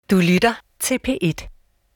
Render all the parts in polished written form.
Du lytter til P1.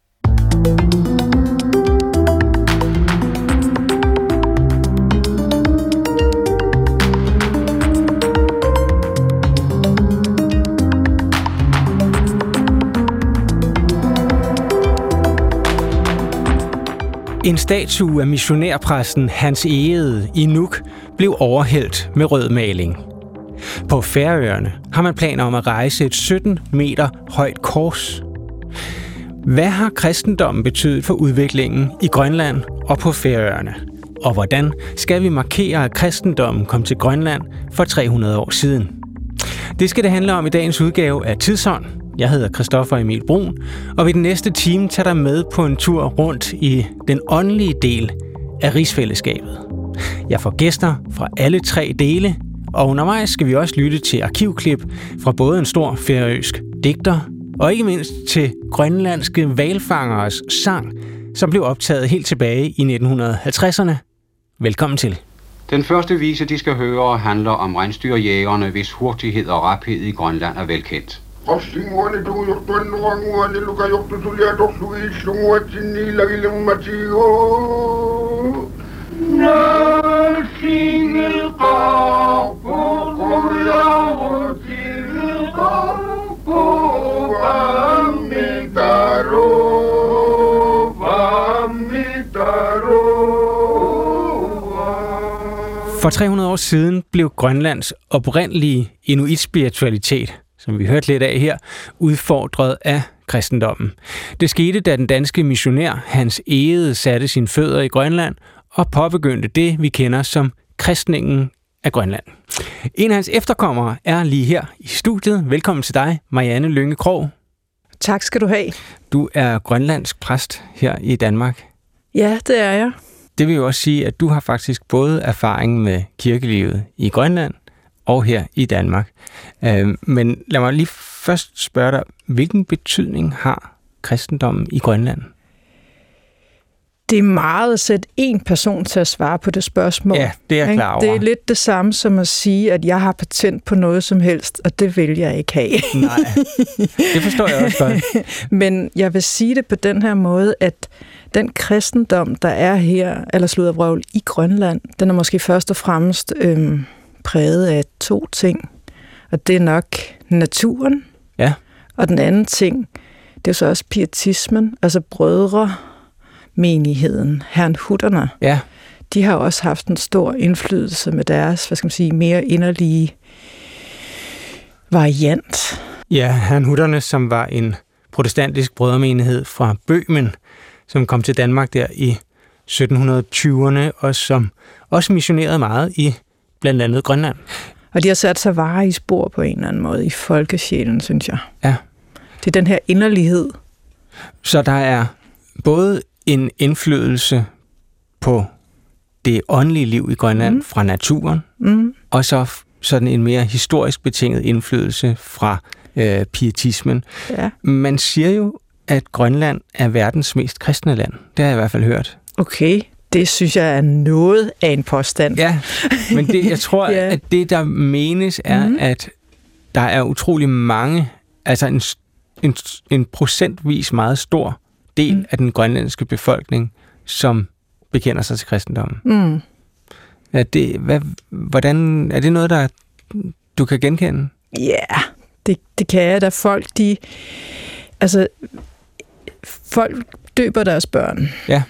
En statue af missionærpræsten Hans Egede i Nuuk blev overhældt med rød maling. På Færøerne har man planer om at rejse et 17 meter højt kors. Hvad har kristendommen betydet for udviklingen i Grønland og på Færøerne? Og hvordan skal vi markere, at kristendommen kom til Grønland for 300 år siden? Det skal det handle om i dagens udgave af Tidsånd. Jeg hedder Christoffer Emil Bruun, og ved den næste time tager dig med på en tur rundt i den åndelige del af rigsfællesskabet. Jeg får gæster fra alle 3 dele, og undervejs skal vi også lytte til arkivklip fra både en stor færøsk digter, og ikke mindst til grønlandske hvalfangeres sang, som blev optaget helt tilbage i 1950'erne. Velkommen til. Den første vise, de skal høre, handler om rensdyrjægerne, hvis hurtighed og raphed i Grønland er velkendt. For 300 år siden blev Grønlands oprindelige inuit-spiritualitet, som vi hørte lidt af her, udfordret af kristendommen. Det skete, da den danske missionær Hans Egede satte sine fødder i Grønland og påbegyndte det, vi kender som kristningen af Grønland. En af hans efterkommere er lige her i studiet. Velkommen til dig, Marianne Lynge Krog. Tak skal du have. Du er grønlandsk præst her i Danmark. Ja, det er jeg. Det vil jo også sige, at du har faktisk både erfaring med kirkelivet i Grønland og her i Danmark. Men lad mig lige først spørge dig, hvilken betydning har kristendommen i Grønland? Det er meget at sætte en person til at svare på det spørgsmål. Ja, det er jeg klar over. Det er lidt det samme som at sige, at jeg har patent på noget som helst, og det vil jeg ikke have. Nej, det forstår jeg også godt. Men jeg vil sige det på den her måde, at den kristendom, der er her, eller sluddervrøvl i Grønland, den er måske først og fremmest præget af 2 ting. Og det er nok naturen. Ja. Og den anden ting, det er så også pietismen, altså brødremenigheden, herrnhutterne. Ja. De har også haft en stor indflydelse med deres, hvad skal man sige, mere inderlige variant. Ja, herrnhutterne, som var en protestantisk brødremenighed fra Bøhmen, som kom til Danmark der i 1720'erne, og som også missionerede meget i blandt andet Grønland. Og de har sat sig vare i spor på en eller anden måde i folkesjælen, synes jeg. Ja. Det er den her inderlighed. Så der er både en indflydelse på det åndelige liv i Grønland fra naturen, og så sådan en mere historisk betinget indflydelse fra pietismen. Ja. Man siger jo, at Grønland er verdens mest kristne land. Det har jeg i hvert fald hørt. Okay, det synes jeg er noget af en påstand. Ja, men det, jeg tror, at det, der menes, er, at der er utrolig mange, altså en procentvis meget stor del af den grønlandske befolkning, som bekender sig til kristendommen. Er det noget, der du kan genkende? Ja, det kan jeg da. Folk døber deres børn. Ja.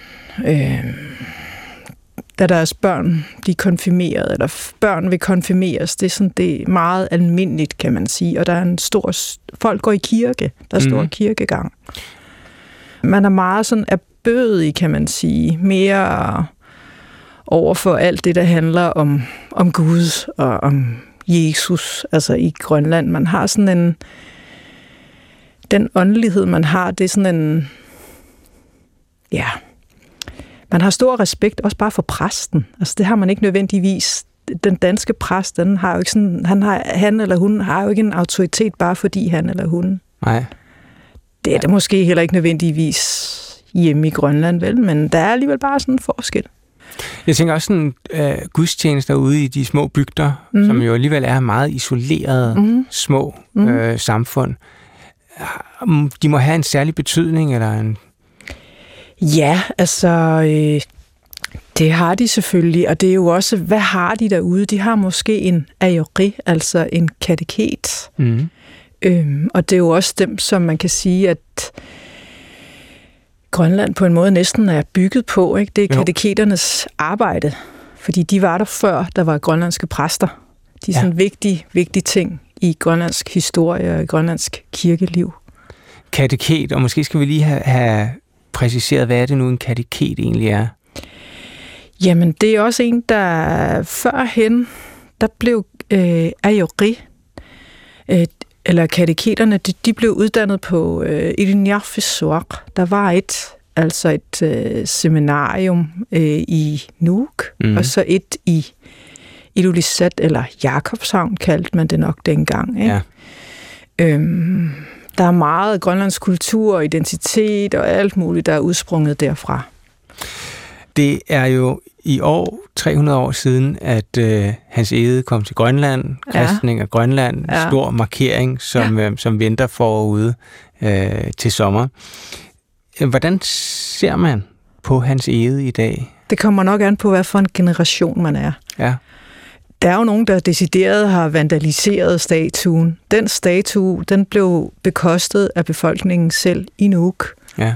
Da deres børn bliver konfirmeret, eller børn vil konfirmeres, det er meget almindeligt, kan man sige. Og der er folk går i kirke. Der er stor kirkegang. Man er meget sådan erbødig, kan man sige. Mere over for alt det, der handler om Gud og om Jesus, altså i Grønland. Man har sådan den åndelighed, man har, det er sådan en... Ja... Man har stor respekt også bare for præsten. Altså det har man ikke nødvendigvis. Den danske præst, den har jo ikke sådan, han eller hun har jo ikke en autoritet bare fordi han eller hun. Nej. Det er det måske heller ikke nødvendigvis hjemme i Grønland, vel? Men der er alligevel bare sådan en forskel. Jeg tænker også sådan gudstjenester ude i de små bygder, som jo alligevel er meget isolerede små samfund. de må have en særlig betydning, eller en... Ja, altså, det har de selvfølgelig, og det er jo også, hvad har de derude? De har måske en ayori, altså en kateket. Mm. Og det er jo også dem, som man kan sige, at Grønland på en måde næsten er bygget på, ikke? Det er kateketernes arbejde, fordi de var der før, der var grønlandske præster. De er sådan vigtige ting i grønlandsk historie og i grønlandsk kirkeliv. Kateket, og måske skal vi lige have præciseret, hvad er det nu, en kateket egentlig er? Jamen, det er også en, der førhen, der blev ayori, eller kateketerne, de blev uddannet på Ilulissat. Der var et seminarium i Nuuk, og så et i Ilulissat, eller Jakobshavn kaldte man det nok dengang. Ikke? Ja. Der er meget grønlandsk kultur og identitet og alt muligt, der er udsprunget derfra. Det er jo i år 300 år siden, at Hans Egede kom til Grønland, kristning af Grønland, stor markering, som venter forude til sommer. Hvordan ser man på Hans Egede i dag? Det kommer nok an på, hvad for en generation man er. Ja. Der er jo nogen, der decideret har vandaliseret statuen. Den statue, den blev bekostet af befolkningen selv i Nuuk. Ja.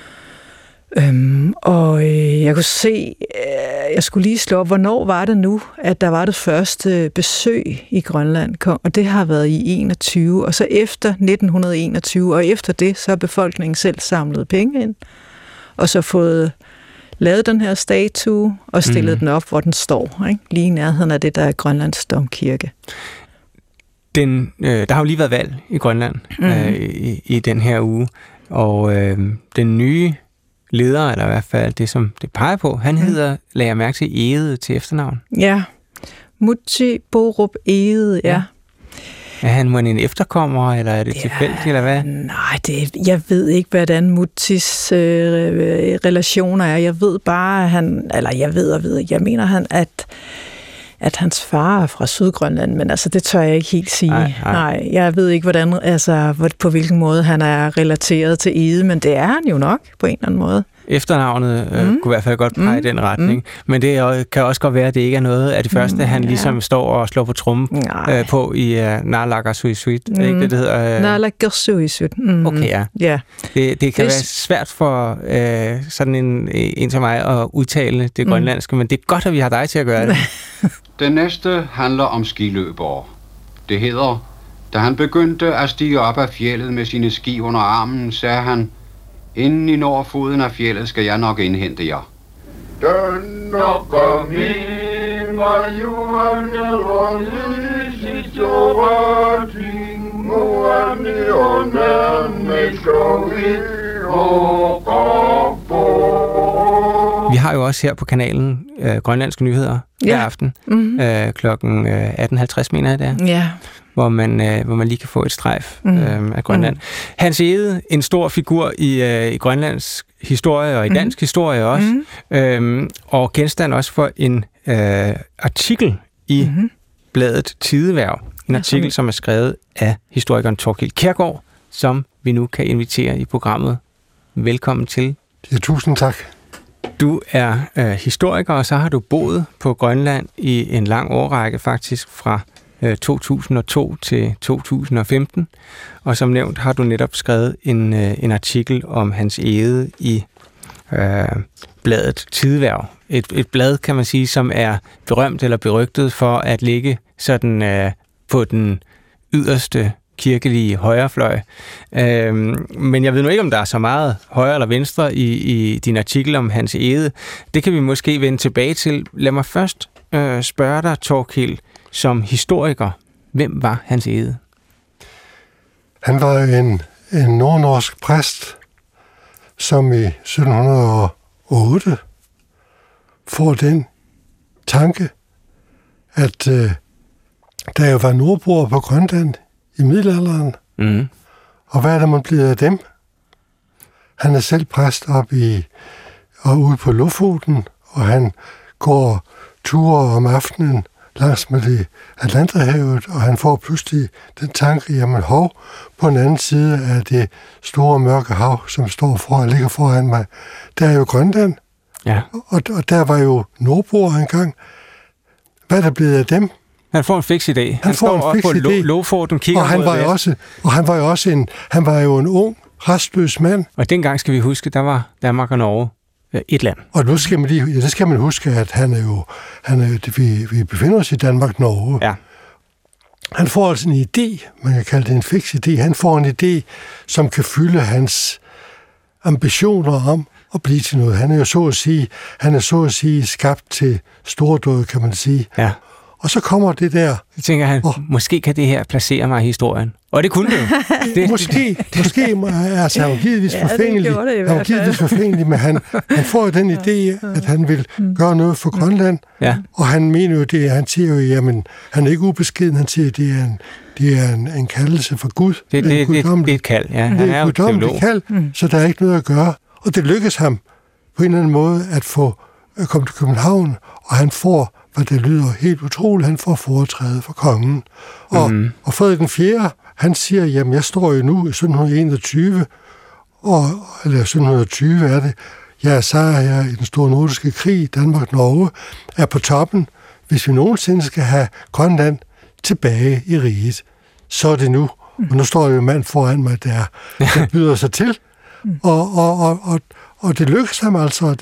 Og jeg kunne se, jeg skulle lige slå op, hvornår var det nu, at der var det første besøg i Grønland, og det har været i 21, og så efter 1921, og efter det, så har befolkningen selv samlet penge ind, og så fået lavet den her statue, og stillet den op, hvor den står, ikke? Lige i nærheden af det, der er Grønlands Domkirke. Der har jo lige været valg i Grønland i den her uge, og den nye leder, eller i hvert fald det, som det peger på, han hedder, lagde jeg mærke til, Egede til efternavn. Ja, Mutti Borup Egede, ja. Er han en efterkommer, eller er det tilfældigt, eller hvad? Nej, jeg ved ikke, hvordan Muttis relationer er. Jeg ved bare, jeg mener, at hans far er fra Sydgrønland, men altså, det tør jeg ikke helt sige. Nej, jeg ved ikke, på hvilken måde han er relateret til Egede, men det er han jo nok, på en eller anden måde. Efternavnet kunne i hvert fald godt pege i den retning, men det kan også godt være, at det ikke er noget af det første, han ligesom står og slår på trommen på i Naalakkersuisut. Er ikke det hedder? Naalakkersuisut. Okay, ja. Det kan være svært for sådan en som mig at udtale det grønlandske, men det er godt, at vi har dig til at gøre det. Den næste handler om skiløbere. Det hedder, da han begyndte at stige op af fjeldet med sine ski under armen, sagde han: "Inden I når foden af fjeldet, skal jeg nok indhente jer." Vi har jo også her på kanalen Grønlandske Nyheder hver aften, klokken 18.50, mener jeg det er. Ja. Hvor man lige kan få et strejf af Grønland. Hans Egede, en stor figur i Grønlands historie og i dansk historie også, og genstand også for en artikel i bladet Tidehverv. En artikel, som er skrevet af historikeren Thorkild Kjærgaard, som vi nu kan invitere i programmet. Velkommen til. Ja, tusind tak. Du er historiker, og så har du boet på Grønland i en lang årrække, faktisk fra 2002 til 2015, og som nævnt har du netop skrevet en artikel om Hans Egede i bladet Tidehverv. Et blad, kan man sige, som er berømt eller berygtet for at ligge sådan på den yderste kirkelige højrefløj. Men jeg ved nu ikke, om der er så meget højre eller venstre i din artikel om Hans Egede. Det kan vi måske vende tilbage til. Lad mig først spørge dig, Thorkild, som historiker. Hvem var Hans Egede? Han var en nordnorsk præst, som i 1708 får den tanke, at der jo var nordboere på Grønland i middelalderen. Og hvad er der man blevet af dem? Han er selv præst ude på Lofoten, og han går ture om aftenen langs med det Atlanterhavet, og han får pludselig den tanke, jamen på den anden side af det store mørke hav, som ligger foran mig, der er jo Grønland. Ja. Og der var jo nordboer engang. Hvad er der blevet af dem? Han får en fiks idé. Han står op på Lofoten, kigger og han var jo en ung, restløs mand. Og dengang skal vi huske, der var Danmark og Norge et land. Og nu skal man huske, at vi befinder os i Danmark-Norge. Ja. Han får altså en idé, man kan kalde det en fiks idé. Han får en idé, som kan fylde hans ambitioner om at blive til noget. Han er så at sige skabt til stordåd, kan man sige. Ja. Og så kommer det der. Jeg tænker han, måske kan det her placere mig i historien. Og det kunne det jo. Måske altså, han var givetvis forfængelig, men han får den idé, at han vil gøre noget for Grønland. Ja. Og han mener jo det, han siger jo, jamen, han er ikke ubeskeden, han siger, det er en kaldelse fra Gud. Det er et kald, ja. Han er jo teolog. Kald, så der er ikke noget at gøre. Og det lykkes ham på en eller anden måde at komme til København, og han får, hvad det lyder helt utroligt, han får foretræde for kongen. Og Frederik den 4., han siger, jamen jeg står jo nu i 1721, eller 1720 er det, jeg er sejrherre i den store nordiske krig, Danmark-Norge er på toppen. Hvis vi nogensinde skal have Grønland tilbage i riget, så er det nu. Og nu står jo en mand foran mig, der byder sig til. Og det lykkes ham altså,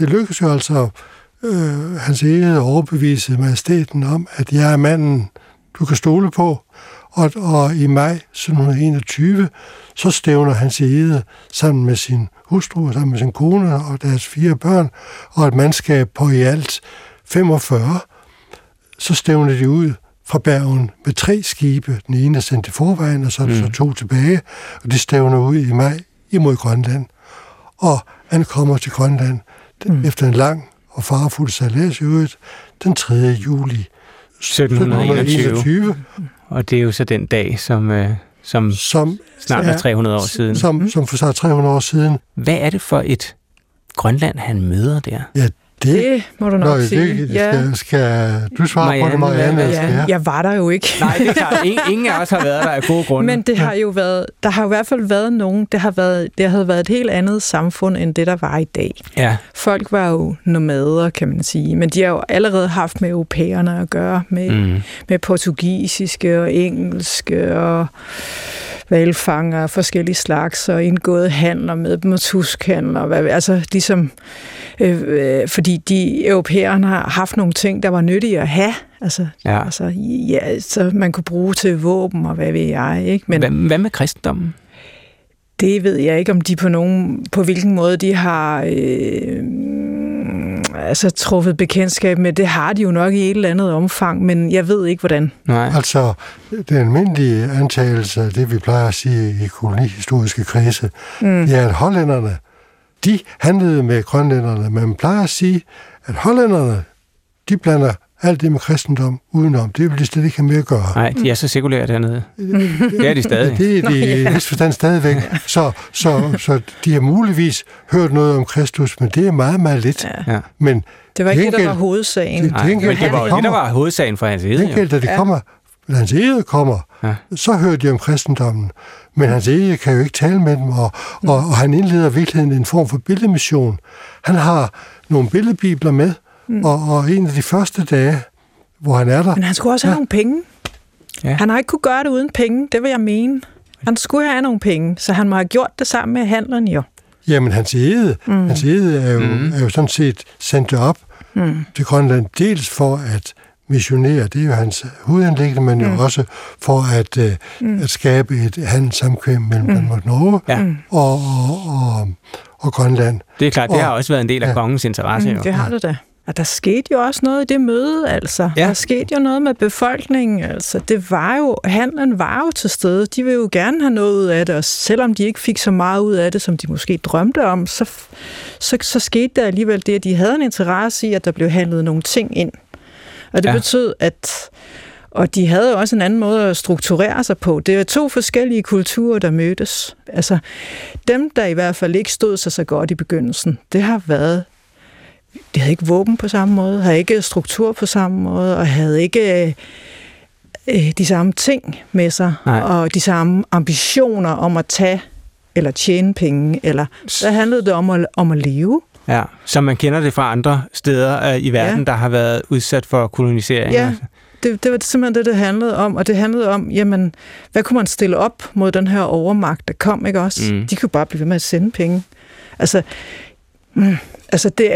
hans ede overbevise majestæten om, at jeg er manden, du kan stole på. Og i maj 1721, så stævner hans ede sammen med sin hustru, sammen med sin kone og deres 4 børn, og et mandskab på i alt 45. Så stævner de ud fra Bergen med 3 skibe. Den ene er sendt i forvejen, og så er der så 2 tilbage, og de stævner ud i maj imod Grønland. Og han kommer til Grønland efter en lang og farefuld sejlads i øvrigt den 3. juli 1721. Og det er jo så den dag, som snart er 300 år siden. Som for sig 300 år siden. Hvad er det for et Grønland, han møder der? Ja, det må du nok sige. Skal du svare på det, Marianne? Ja, jeg var der jo ikke. Nej, det er klart. Ingen af os har været der af gode grunde. Men det har jo været, der har i hvert fald været nogen, det har været et helt andet samfund, end det, der var i dag. Ja. Folk var jo nomader, kan man sige, men de har jo allerede haft med europæerne at gøre, med portugisiske og engelske og hvalfanger af forskellige slags, og indgået handler med dem, og tuskhandler, altså ligesom, fordi de europæerne har haft nogle ting, der var nyttige at have, så man kunne bruge til våben, og hvad ved jeg, ikke? Men hvad med kristendommen? Det ved jeg ikke, om de på hvilken måde de har truffet bekendtskab med. Det har de jo nok i et eller andet omfang, men jeg ved ikke, hvordan. Nej. Altså, den almindelige antagelse af det, vi plejer at sige i kolonihistoriske kredse, det er, at hollænderne, de handlede med grønlænderne, men man plejer at sige, at hollænderne, de blander alt det med kristendom udenom. Det vil de slet ikke have med at gøre. Nej, de er så sekulære dernede. Det er de stadig. Det er de i vis forstand stadigvæk. Så de har muligvis hørt noget om Kristus, men det er meget, meget lidt. Ja. Men det var ikke det, der var hovedsagen. Men det var jo det, der var hovedsagen for hans ede. Da hans ede kommer, så hører de om kristendommen. Men hans ede kan jo ikke tale med dem, og han indleder virkelig en form for billedmission. Han har nogle billedbibler med, og en af de første dage, hvor han er der... Men han skulle også have nogle penge. Ja. Han har ikke kunne gøre det uden penge, det vil jeg mene. Han skulle have nogle penge, så han må have gjort det sammen med handleren jo. Jamen, hans ede er jo sådan set sendt op til Grønland, dels for at missionere, det er jo hans hovedanliggende, men jo også for at skabe et handelssamkvem mellem Danmark og Norge og Grønland. Det er klart, det har også været en del af kongens interesse. Det har det da. Og der skete jo også noget i det møde, altså. Ja. Der skete jo noget med befolkningen, altså. Det var jo, handlen var jo til stede. De ville jo gerne have noget ud af det, og selvom de ikke fik så meget ud af det, som de måske drømte om, så skete der alligevel det, at de havde en interesse i, at der blev handlet nogle ting ind. Og det betød, og de havde jo også en anden måde at strukturere sig på. Det er 2 forskellige kulturer, der mødtes. Altså, dem, der i hvert fald ikke stod sig så godt i begyndelsen, det har været de havde ikke våben på samme måde, havde ikke struktur på samme måde, og havde ikke de samme ting med sig, og de samme ambitioner om at tage eller tjene penge, eller der handlede det om at leve. Ja, som man kender det fra andre steder i verden, der har været udsat for kolonisering. Ja, det var simpelthen det handlede om, og det handlede om, jamen, hvad kunne man stille op mod den her overmagt, der kom, ikke også? De kunne bare blive ved med at sende penge. Altså det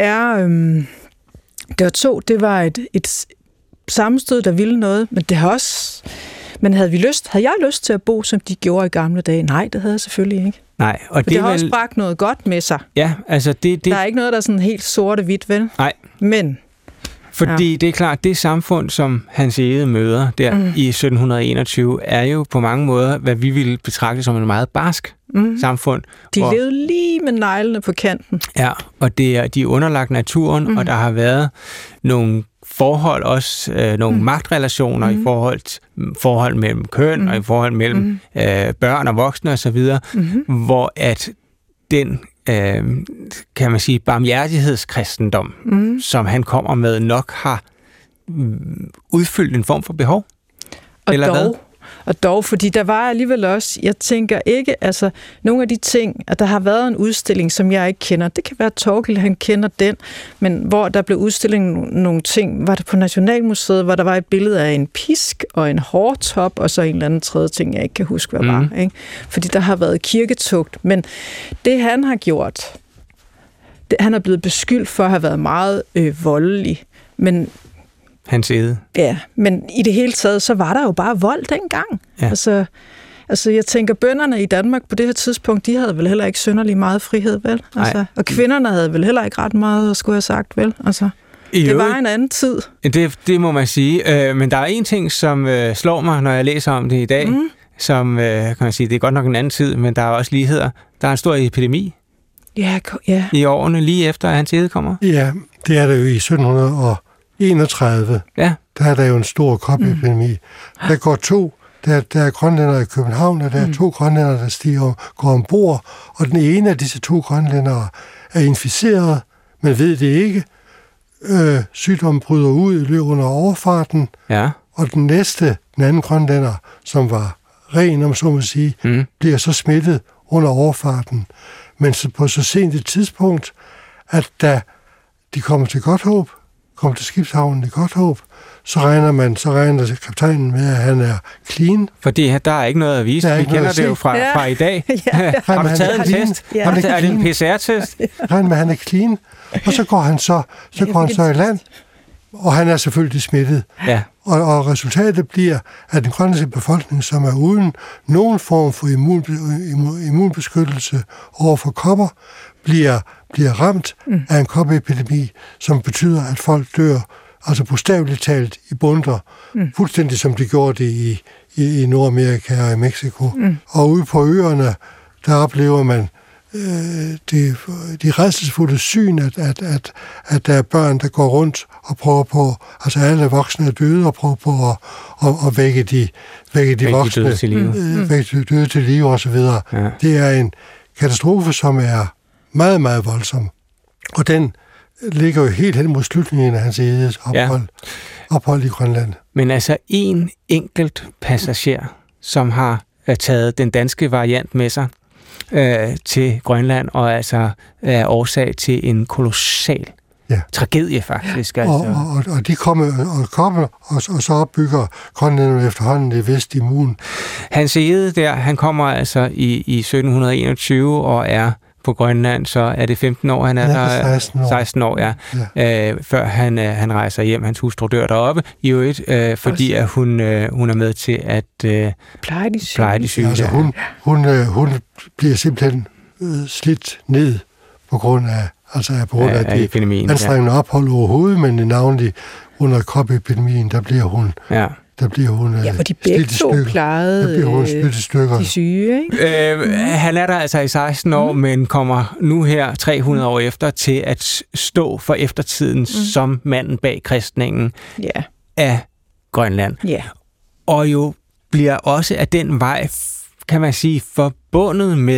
var et sammenstød, der ville noget, men det har også... Men havde jeg lyst til at bo, som de gjorde i gamle dage? Nej, det havde jeg selvfølgelig ikke. Nej, og det har også bragt noget godt med sig. Ja, altså det... Der er ikke noget, der er sådan helt sort-hvidt, vel? Nej. Men... Fordi det er klart, det samfund, som Hans Egede møder der i 1721, er jo på mange måder, hvad vi ville betragte som en meget barsk samfund. De levede lige med neglene på kanten. Ja, og de er underlagt naturen, og der har været nogle forhold, også nogle magtrelationer i forhold mellem køn og i forhold mellem børn og voksne osv., hvor at den kan man sige, barmhjertighedskristendom, som han kommer med, nok har udfyldt en form for behov. Og dog, fordi der var alligevel også, jeg tænker ikke, altså nogle af de ting, at der har været en udstilling, som jeg ikke kender, det kan være Torkild, han kender den, men hvor der blev udstillet nogle ting, var det på Nationalmuseet, hvor der var et billede af en pisk og en hårtop, og så en eller anden tredje ting, jeg ikke kan huske, hvad var. Ikke? Fordi der har været kirketugt, men det han har gjort, han er blevet beskyldt for at have været meget voldelig, men Hans Egede. Ja, men i det hele taget, så var der jo bare vold dengang. Ja. Altså, jeg tænker, bønderne i Danmark på det her tidspunkt, de havde vel heller ikke synderlig meget frihed, vel? Altså, og kvinderne havde vel heller ikke ret meget at skulle have sagt, vel? Altså, det var en anden tid. Det må man sige. Men der er en ting, som slår mig, når jeg læser om det i dag, som, kan man sige, det er godt nok en anden tid, men der er også ligheder. Der er en stor epidemi. Ja. I årene lige efter, at Hans Egede kommer. Ja, det er det jo i 1731, der er der jo en stor kopepidemi. Der går der er grønlændere i København, og der er 2 grønlændere, der går ombord, og den ene af disse 2 grønlændere er inficeret, men ved det ikke. Sygdommen bryder ud i løbet under overfarten, og den anden grønlænder, som var ren, om så må sige, bliver så smittet under overfarten. Men på så sent et tidspunkt, at da de kommer til Godthåb, kommer til skibshavnen i Godthåb, så regner kaptajnen med, at han er clean. Fordi der er ikke noget at vise. Vi kender det jo fra i dag. Har du taget en test? Er det en PCR-test? Regner med, at han er clean. Og så går han så i land, og han er selvfølgelig smittet. Ja. Og resultatet bliver, at den grønlandske befolkning, som er uden nogen form for immunbeskyttelse over for kopper, bliver ramt af en kopperepidemi, som betyder, at folk dør, altså bogstaveligt talt i bundter, fuldstændig som de gjorde det i Nordamerika og i Mexico. Og ude på øerne, der oplever man de rædselsfulde syn, at der er børn, der går rundt og prøver på, altså alle voksne er døde, og prøver på at vække de voksne døde til live og så videre. Ja. Det er en katastrofe, som er meget, meget voldsom. Og den ligger jo helt hen mod slutningen af Hans Egedes ophold i Grønland. Men altså en enkelt passager, som har taget den danske variant med sig til Grønland, og altså er årsag til en kolossal tragedie, faktisk. Altså. Og de kommer, og så opbygger Grønland efterhånden det vest immun. Hans Egede der, han kommer altså i 1721 og er på Grønland, så er det 15 år, han er der. 16 år, før han rejser hjem. Hans hustru dør deroppe, i øvrigt, fordi at hun er med til at pleje de syge. Altså, hun bliver simpelthen slidt ned på grund af det epidemien, anstrengende ophold overhovedet, men navnlig under kopepidemien, der bliver hun for de begge to plejede de syge, ikke? Han er der altså i 16 år, men kommer nu her 300 år efter til at stå for eftertiden som manden bag kristningen af Grønland. Og jo bliver også af den vej, kan man sige, forbundet med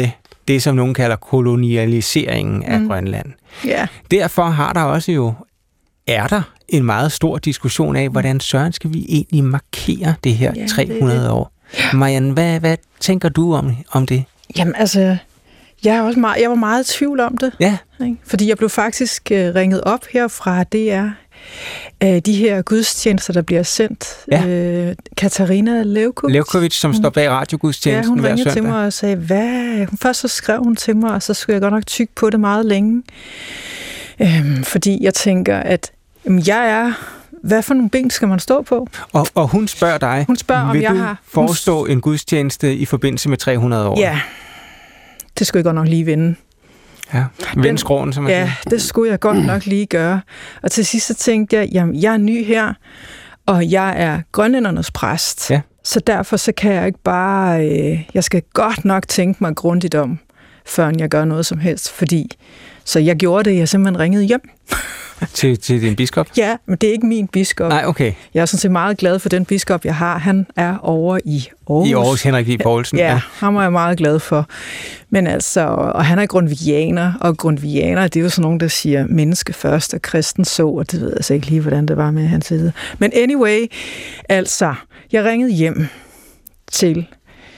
det, som nogen kalder kolonialiseringen af Grønland. Ja. Derfor har der også er der en meget stor diskussion af, hvordan søren skal vi egentlig markere det her 300 år. Marianne, hvad tænker du om det? Jamen altså, jeg var meget i tvivl om det. Ja. Ikke? Fordi jeg blev faktisk ringet op her fra DR. De her gudstjenester, der bliver sendt. Ja. Katarina Levkovic, som står bag radiogudstjenesten hver søndag. Hun ringede til mig og sagde, hvad? Først så skrev hun til mig, og så skulle jeg godt nok tygge på det meget længe. Fordi jeg tænker, at hvad for nogle ben skal man stå på? Og hun spørger dig, om jeg har forestå en gudstjeneste i forbindelse med 300 år? Ja, det skulle jeg godt nok lige vinde. Ja, vende skråen, som man siger. Ja, det skulle jeg godt nok lige gøre. Og til sidst så tænkte jeg, jamen, jeg er ny her, og jeg er grønlændernes præst. Ja. Så derfor så kan jeg ikke bare... jeg skal godt nok tænke mig grundigt om, før jeg gør noget som helst. Så jeg gjorde det, jeg simpelthen ringede hjem. Til din biskop? Ja, men det er ikke min biskop. Nej, okay. Jeg er sådan set meget glad for den biskop, jeg har. Han er over i Aarhus. I Aarhus, Henrik V. Poulsen. Ja, ham er jeg meget glad for. Men altså, og han er grundtvigianer, og grundtvigianer, det er jo sådan nogen, der siger menneske først og kristen så, og det ved jeg altså ikke lige, hvordan det var med hans side. Men anyway, altså, jeg ringede hjem til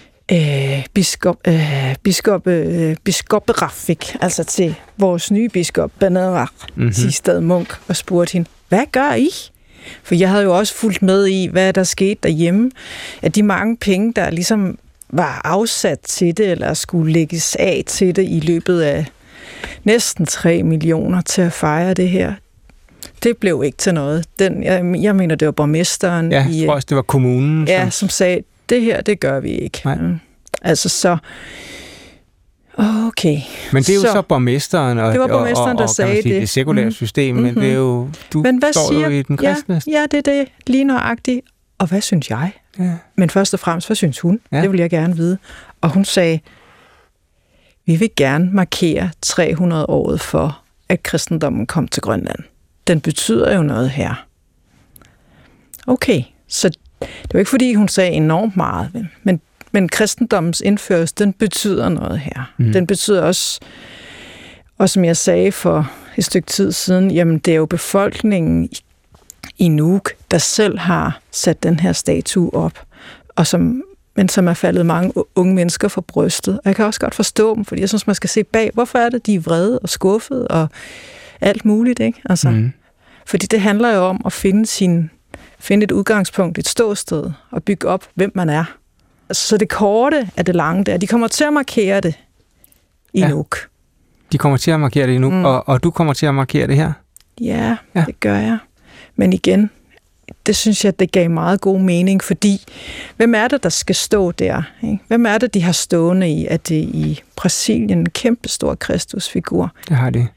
biskop Rafik, altså til vores nye biskop, Bernard Sistad Munk, og spurgte hende, hvad gør I? For jeg havde jo også fulgt med i, hvad der skete derhjemme, at de mange penge, der ligesom var afsat til det, eller skulle lægges af til det i løbet af næsten 3 millioner til at fejre det her, det blev ikke til noget. Jeg mener, det var borgmesteren. Ja, jeg tror også, det var kommunen. Som sagde, det her, det gør vi ikke. Nej. Altså så... Okay. Men det er jo så borgmesteren, og, det var borgmesteren, der sagde det sekulære system, men det er jo... Men hvad står siger, jo i den kristne. Ja, det er det. Lige nøjagtigt. Og hvad synes jeg? Ja. Men først og fremmest, hvad synes hun? Ja. Det vil jeg gerne vide. Og hun sagde, vi vil gerne markere 300-året for, at kristendommen kom til Grønland. Den betyder jo noget her. Okay, så det var ikke fordi, hun sagde enormt meget, men kristendommens indførelse, den betyder noget her. Den betyder også, og som jeg sagde for et stykke tid siden, jamen det er jo befolkningen i Nuuk, der selv har sat den her statue op, men som er faldet mange unge mennesker for brystet. Og jeg kan også godt forstå dem, fordi jeg synes, man skal se bag, hvorfor er det, de er vrede og skuffede og alt muligt, ikke? Altså, fordi det handler jo om at finde et udgangspunkt, et ståsted, og bygge op, hvem man er. Så det korte af det lange der, de kommer til at markere det i Nuuk. De kommer til at markere det i Nuuk, og du kommer til at markere det her? Ja, det gør jeg. Men igen, det synes jeg, det gav meget god mening, fordi hvem er det, der skal stå der? Ikke? Hvem er det, de har stående i? At det i Brasilien en kæmpe stor Kristusfigur? Det har de.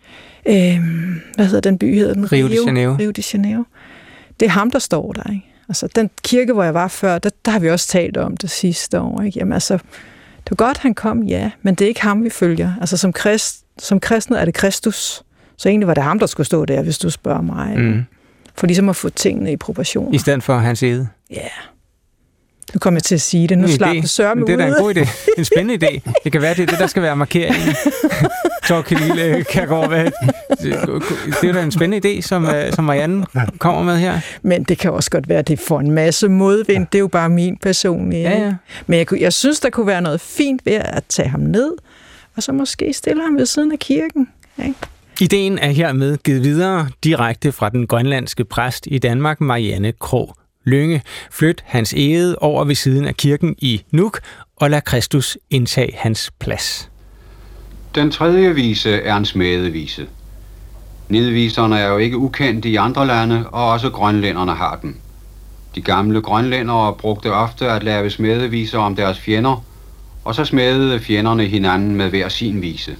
Hvad hedder den by? Hedder den? Rio de Janeiro. Rio de Janeiro. Det er ham, der står der, ikke? Altså, den kirke, hvor jeg var før, der har vi også talt om det sidste år, ikke? Jamen altså, det var godt, han kom, ja, men det er ikke ham, vi følger. Altså, som kristne er det Kristus. Så egentlig var det ham, der skulle stå der, hvis du spørger mig. For ligesom at få tingene i proportioner. I stedet for hans ede? Ja. Nu kommer jeg til at sige det. Nu slap det sørme ud. Det er da en god idé. En spændende idé. Det kan være, det er det, der skal være markeringen. Torkild Kærgaard. Det er da en spændende idé, som Marianne kommer med her. Men det kan også godt være, at det får en masse modvind. Det er jo bare min personlige. Ja. Men jeg synes, der kunne være noget fint ved at tage ham ned, og så måske stille ham ved siden af kirken. Ikke? Ideen er hermed givet videre direkte fra den grønlandske præst i Danmark, Marianne Krogh Lynge. Flyt hans ede over ved siden af kirken i Nuuk, og lad Kristus indtage hans plads. Den tredje vise er en smædevise. Nedviserne er jo ikke ukendte i andre lande, og også grønlænderne har den. De gamle grønlændere brugte ofte at lave smædeviser om deres fjender, og så smædede fjenderne hinanden med hver sin vise.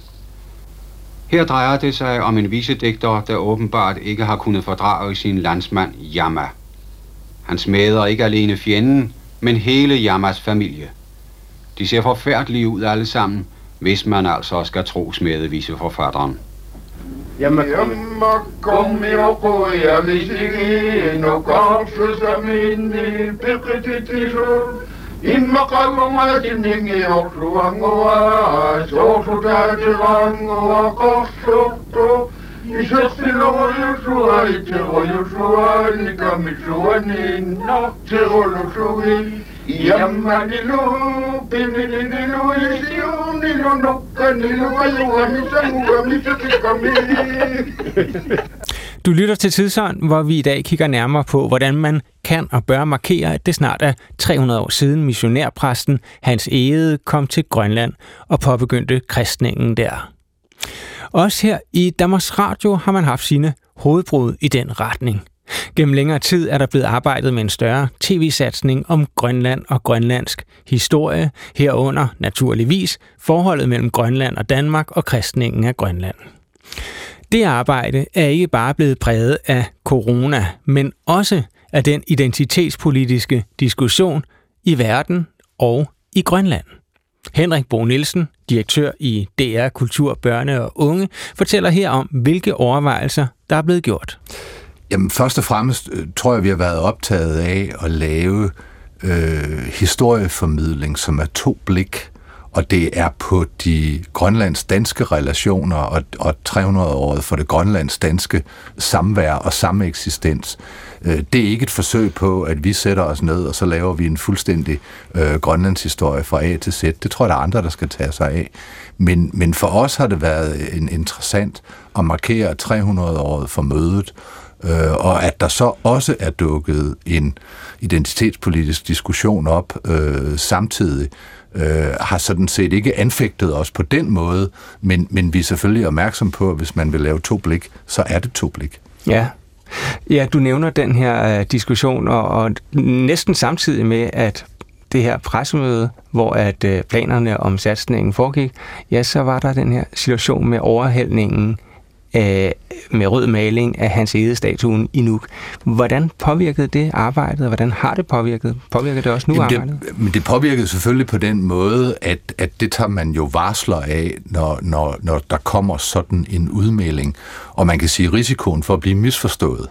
Her drejer det sig om en visedigter, der åbenbart ikke har kunnet fordrage sin landsmand Yama. Han smæder ikke alene fjenden, men hele Yamas familie. De ser forfærdelige ud alle sammen, hvis man altså skal tro smædeviseforfatteren. Yama kom i oko, jeg vidste ikke, nok opsløs af min Imakaunga tiningi oksuangoa, sosutäytylangoa kossotto. Isosilo Joshua, Itero Joshua, Nikamisua Nina, Terolosui, Yamanilu, Pininilu, Isiunilu, Nokkanilu, Aluanisanua, Misatikami. Du lytter til Tidsånd, hvor vi i dag kigger nærmere på, hvordan man kan og bør markere, at det snart er 300 år siden missionærpræsten Hans Egede kom til Grønland og påbegyndte kristningen der. Også her i Danmarks Radio har man haft sine hovedbrud i den retning. Gennem længere tid er der blevet arbejdet med en større tv-satsning om Grønland og grønlandsk historie, herunder naturligvis forholdet mellem Grønland og Danmark og kristningen af Grønland. Det arbejde er ikke bare blevet præget af corona, men også af den identitetspolitiske diskussion i verden og i Grønland. Henrik Bo Nielsen, direktør i DR Kultur, Børne og Unge, fortæller her om, hvilke overvejelser der er blevet gjort. Jamen først og fremmest tror jeg, vi har været optaget af at lave historieformidling, som er 2 blik, og det er på de grønlands-danske relationer og 300-året for det grønlands-danske samvær og sameksistens. Det er ikke et forsøg på, at vi sætter os ned, og så laver vi en fuldstændig grønlandshistorie fra A til Z. Det tror jeg, der er andre, der skal tage sig af. Men for os har det været interessant at markere 300-året for mødet, og at der så også er dukket en identitetspolitisk diskussion op samtidig, har sådan set ikke anfægtet os på den måde, men vi er selvfølgelig opmærksom på, at hvis man vil lave 2 blik, så er det 2 blik. Ja, du nævner den her diskussion, og næsten samtidig med, at det her pressemøde, hvor at planerne om satsningen foregik, ja, så var der den her situation med overhældningen med rød maling af Hans Egede-statuen i Nuuk. Hvordan påvirkede det arbejdet, og hvordan har det påvirket? Påvirker det også nu arbejdet? Men det påvirkede selvfølgelig på den måde, at det tager man jo varsler af, når der kommer sådan en udmelding. Og man kan sige, risikoen for at blive misforstået.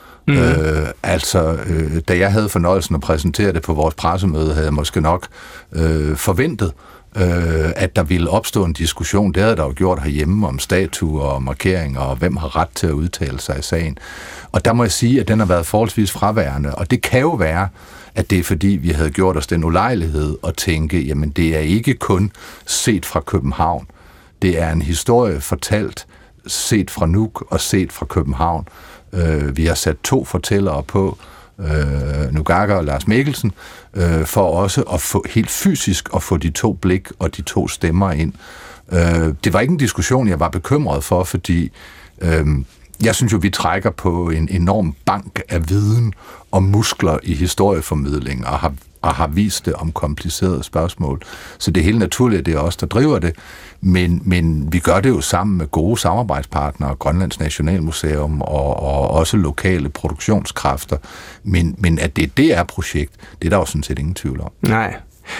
Da jeg havde fornøjelsen at præsentere det på vores pressemøde, havde jeg måske nok forventet, at der ville opstå en diskussion. Det havde der jo gjort herhjemme om statuer og markeringer, og hvem har ret til at udtale sig i sagen. Og der må jeg sige, at den har været forholdsvis fraværende, og det kan jo være, at det er fordi, vi havde gjort os den ulejlighed at tænke, jamen det er ikke kun set fra København. Det er en historie fortalt, set fra Nuuk og set fra København. Vi har sat 2 fortællere på, Nugaga og Lars Mikkelsen, for også at få helt fysisk at få de 2 blik og de 2 stemmer ind. Det var ikke en diskussion, jeg var bekymret for, fordi jeg synes jo, vi trækker på en enorm bank af viden og muskler i historieformidling og har vist det om komplicerede spørgsmål. Så det er helt naturligt, at det er os, der driver det. Men vi gør det jo sammen med gode samarbejdspartnere, Grønlands Nationalmuseum og også lokale produktionskræfter. Men at det er et DR-projekt, det er der jo sådan set ingen tvivl om. Nej.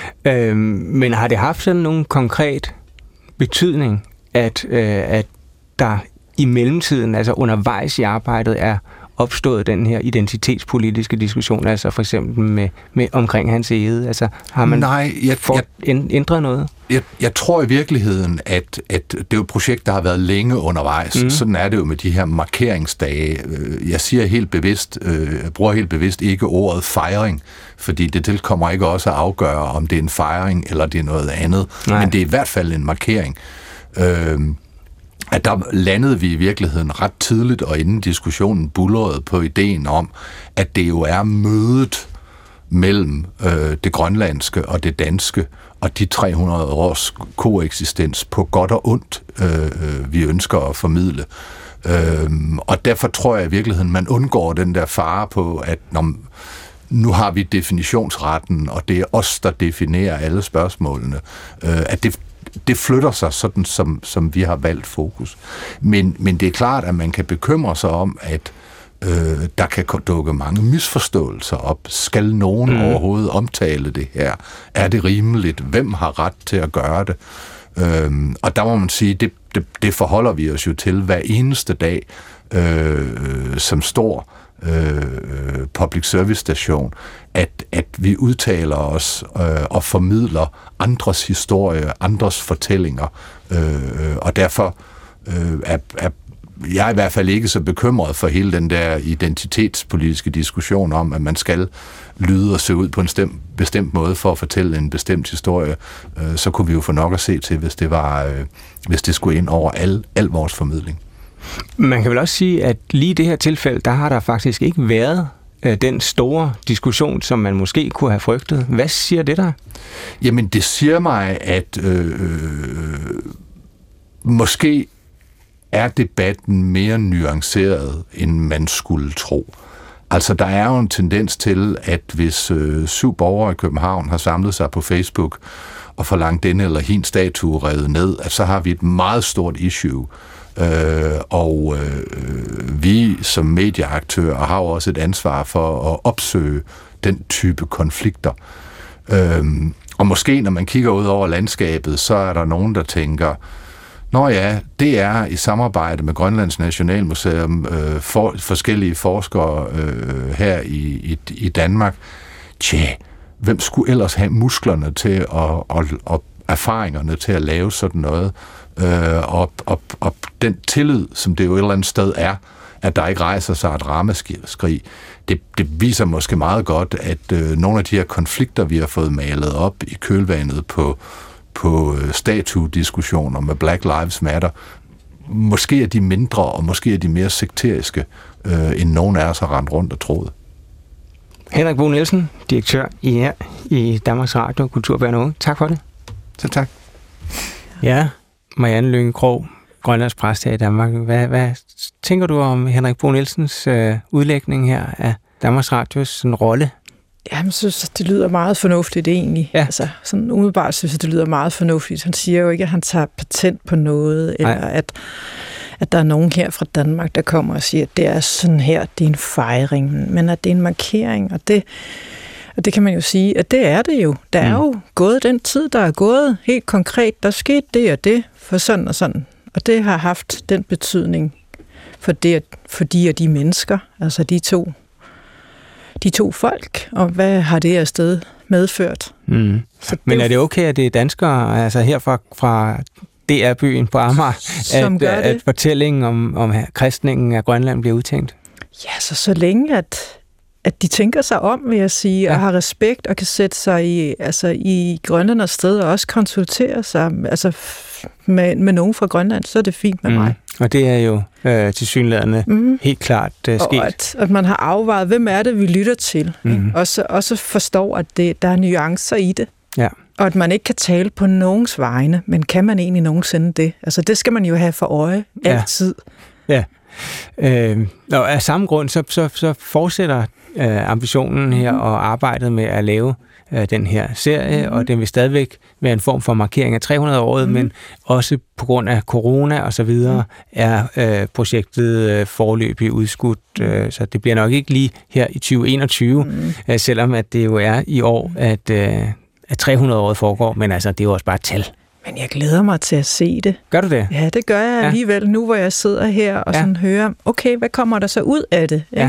Men har det haft sådan nogen konkret betydning, at der i mellemtiden, altså undervejs i arbejdet, er opstået den her identitetspolitiske diskussion, altså for eksempel med omkring Hans Egede? Altså har man ændret noget? Jeg tror i virkeligheden, at det er jo et projekt, der har været længe undervejs. Sådan er det jo med de her markeringsdage. Jeg siger helt bevidst, bruger helt bevidst ikke ordet fejring, fordi det tilkommer ikke også at afgøre, om det er en fejring eller det er noget andet. Nej. Men det er i hvert fald en markering. At der landede vi i virkeligheden ret tidligt, og inden diskussionen buldrede på ideen om, at det jo er mødet mellem det grønlandske og det danske, og de 300 års koeksistens på godt og ondt, vi ønsker at formidle. Og derfor tror jeg i virkeligheden, man undgår den der fare på, at nu har vi definitionsretten, og det er os, der definerer alle spørgsmålene. At det flytter sig sådan, som vi har valgt fokus. Men det er klart, at man kan bekymre sig om, at der kan dukke mange misforståelser op. Skal nogen overhovedet omtale det her? Er det rimeligt? Hvem har ret til at gøre det? Og der må man sige, det forholder vi os jo til hver eneste dag, som står public service station, at vi udtaler os og formidler andres historie, andres fortællinger, og derfor er jeg er i hvert fald ikke så bekymret for hele den der identitetspolitiske diskussion om, at man skal lyde og se ud på en bestemt måde for at fortælle en bestemt historie. Så kunne vi jo få nok at se til, hvis det skulle ind over al vores formidling. Man kan vel også sige, at lige i det her tilfælde, der har der faktisk ikke været den store diskussion, som man måske kunne have frygtet. Hvad siger det der? Jamen, det siger mig, at måske er debatten mere nuanceret, end man skulle tro. Altså, der er jo en tendens til, at hvis 7 borgere i København har samlet sig på Facebook og forlangt denne eller hin statue revet ned, at så har vi et meget stort issue. Vi som medieaktører har jo også et ansvar for at opsøge den type konflikter. Og måske, når man kigger ud over landskabet, så er der nogen, der tænker, nå ja, det er i samarbejde med Grønlands Nationalmuseum, forskellige forskere her i Danmark. Hvem skulle ellers have musklerne til og erfaringerne til at lave sådan noget? Og den tillid, som det jo et eller andet sted er, at der ikke rejser sig et ramaskrig, det viser måske meget godt, at nogle af de her konflikter, vi har fået malet op i kølvandet på statue-diskussioner med Black Lives Matter, måske er de mindre, og måske er de mere sekteriske, end nogen af os har rendt rundt og troet. Henrik Bo Nielsen, direktør i Danmarks Radio, Kulturbærende Unge. Tak for det. Så tak. Ja, Marianne Lynge Krogh, Grønlands præst her i Danmark. Hvad tænker du om Henrik Bo Nielsens udlægning her af Danmarks Radios rolle? Jeg synes, det lyder meget fornuftigt egentlig. Ja. Altså, sådan umiddelbart synes jeg, det lyder meget fornuftigt. Han siger jo ikke, at han tager patent på noget, eller at der er nogen her fra Danmark, der kommer og siger, at det er sådan her, det er en fejring, men at det er en markering, og det kan man jo sige, at det er det jo. Der er jo gået den tid, der er gået helt konkret. Der skete det og det, for sådan og sådan. Og det har haft den betydning for de og de mennesker, altså de to folk, og hvad har det afsted medført? Men er det okay, at det er danskere, altså her fra DR-byen på Amager, at fortællingen om kristningen af Grønland bliver udtænkt? Ja, så længe at de tænker sig om, vil jeg sige, og har respekt og kan sætte sig i Grønlanders sted og også konsultere sig med nogen fra Grønland, så er det fint med mig. Og det er jo tilsyneladende helt klart sket. Og at man har afvejet, hvem er det, vi lytter til. Og så forstår, at der er nuancer i det. Ja. Og at man ikke kan tale på nogens vegne, men kan man egentlig nogensinde det? Altså det skal man jo have for øje altid. Ja. Og af samme grund, så fortsætter ambitionen her og arbejdet med at lave den her serie, og den vil stadigvæk være en form for markering af 300-året, men også på grund af corona og så videre er projektet foreløbig udskudt, så det bliver nok ikke lige her i 2021, selvom at det jo er i år, at 300-året foregår, men altså det er jo også bare et tal. Men jeg glæder mig til at se det. Gør du det? Ja, det gør jeg alligevel, nu hvor jeg sidder her og sådan hører, okay, hvad kommer der så ud af det? Ja.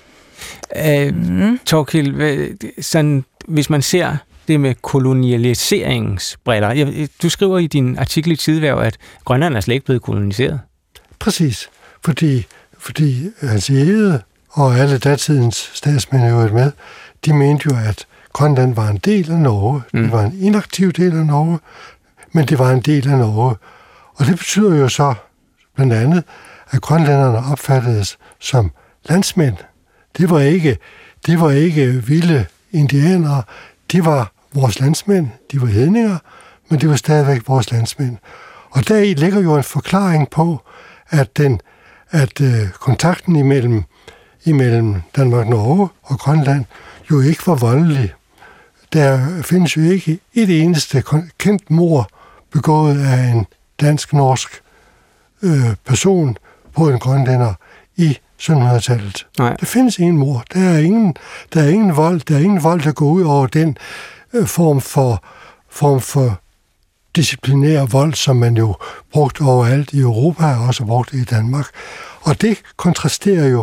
Thorkild, sådan, hvis man ser det med kolonialiseringsbriller, du skriver i din artikel i Tidehverv, at Grønland er slet ikke blevet koloniseret. Præcis, fordi Hans Egede og alle datidens statsmænd med, de mente jo, at Grønland var en del af Norge. Det var en inaktiv del af Norge, men det var en del af Norge. Og det betyder jo så blandt andet, at grønlænderne opfattedes som landsmænd. Det var ikke vilde indianere, de var vores landsmænd, de var hedninger, men de var stadigvæk vores landsmænd. Og deri ligger jo en forklaring på, at kontakten imellem Danmark, Norge og Grønland jo ikke var voldelig. Der findes jo ikke et eneste kendt mord begået af en dansk-norsk person på en grønlænder i 1700-tallet. Nej. Der findes ingen mord. Der er ingen vold. Der er ingen vold, der går ud over den form for disciplinær vold, som man jo brugte overalt i Europa og også brugt i Danmark. Og det kontrasterer jo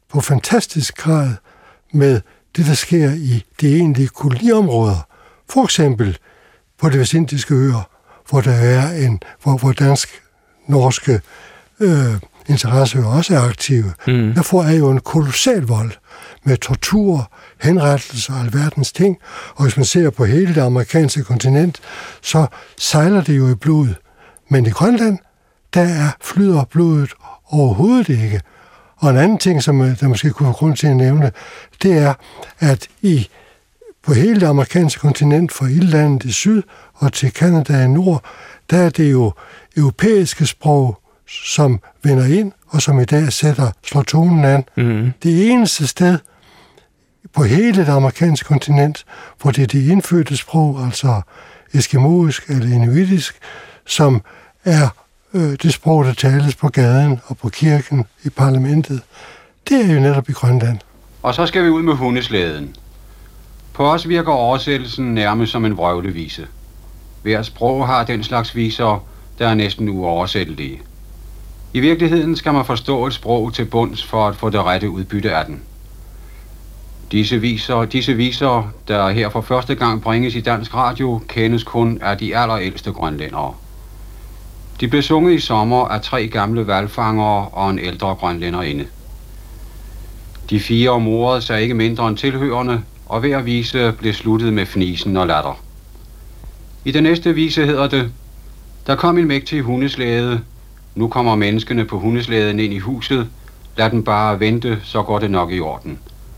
på fantastisk grad med det, der sker i de egentlige koloniområder. For eksempel på de vestindiske øer, hvor der er hvor dansk-norske interesser også er aktive. Derfor er jo en kolossal vold med tortur, henrettelser og alverdens ting. Og hvis man ser på hele det amerikanske kontinent, så sejler det jo i blodet. Men i Grønland, flyder blodet overhovedet ikke. Og en anden ting, som der måske kunne have grund til at nævne, det er, at på hele det amerikanske kontinent, fra Irland i syd og til Canada i nord, der er det jo europæiske sprog, som vender ind, og som i dag slår tonen an. Det eneste sted på hele det amerikanske kontinent, hvor det er de indfødte sprog, altså eskimoisk eller inuitisk, som er det sprog, der tales på gaden og på kirken i parlamentet, det er jo netop i Grønland. Og så skal vi ud med hundeslæden. På os virker oversættelsen nærmest som en vrøvlevise. Hver sprog har den slags viser, der er næsten uoversættelige. I virkeligheden skal man forstå et sprog til bunds for at få det rette udbytte af den. Disse viser, der her for første gang bringes i dansk radio, kendes kun af de allerældste grønlændere. De blev sunget i sommer af 3 gamle hvalfangere og en ældre grønlænderinde. De 4 morede sig ikke mindre end tilhørende, og hver vise blev sluttet med fnisen og latter. I den næste vise hedder det: Der kom en mægtig hundeslæde. Nu kommer menneskene på hundeslæden ind i huset. Lad den bare vente, så går det nok i orden.